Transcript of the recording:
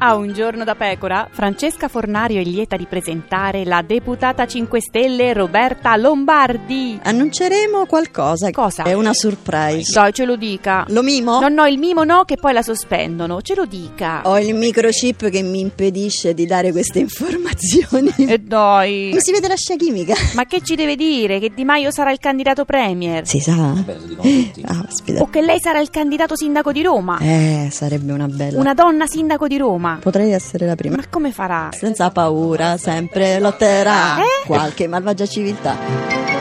A Un giorno da pecora, Francesca Fornario è lieta di presentare la deputata 5 Stelle Roberta Lombardi. Annunceremo qualcosa. Cosa? È una surprise. Dai, ce lo dica. Lo mimo? No, il mimo no, che poi la sospendono. Ce lo dica. Ho il microchip che mi impedisce di dare queste informazioni. E dai. Mi si vede la scia chimica. Ma che ci deve dire? Che Di Maio sarà il candidato premier? Si sa? Beh, lo dicono tutti. Aspetta. O che lei sarà il candidato sindaco di Roma? Sarebbe una bella. Una donna sindaco di Roma? Potrei essere la prima. Ma come farà? Senza paura, sempre lotterà Eh? qualche malvagia civiltà.